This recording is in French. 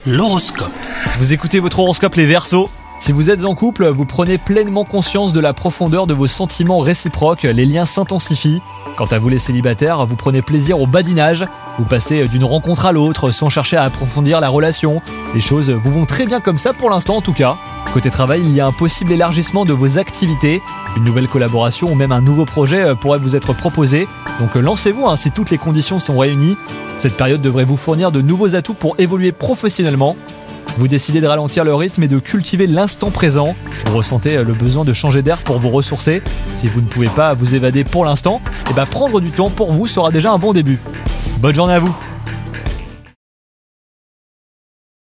L'horoscope. Vous écoutez votre horoscope les Verseaux. Si vous êtes en couple, vous prenez pleinement conscience de la profondeur de vos sentiments réciproques, les liens s'intensifient. Quant à vous les célibataires, vous prenez plaisir au badinage, vous passez d'une rencontre à l'autre sans chercher à approfondir la relation. Les choses vous vont très bien comme ça pour l'instant en tout cas. Côté travail, il y a un possible élargissement de vos activités, une nouvelle collaboration ou même un nouveau projet pourrait vous être proposé. Donc lancez-vous si toutes les conditions sont réunies. Cette période devrait vous fournir de nouveaux atouts pour évoluer professionnellement. Vous décidez de ralentir le rythme et de cultiver l'instant présent. Vous ressentez le besoin de changer d'air pour vous ressourcer. Si vous ne pouvez pas vous évader pour l'instant, prendre du temps pour vous sera déjà un bon début. Bonne journée à vous!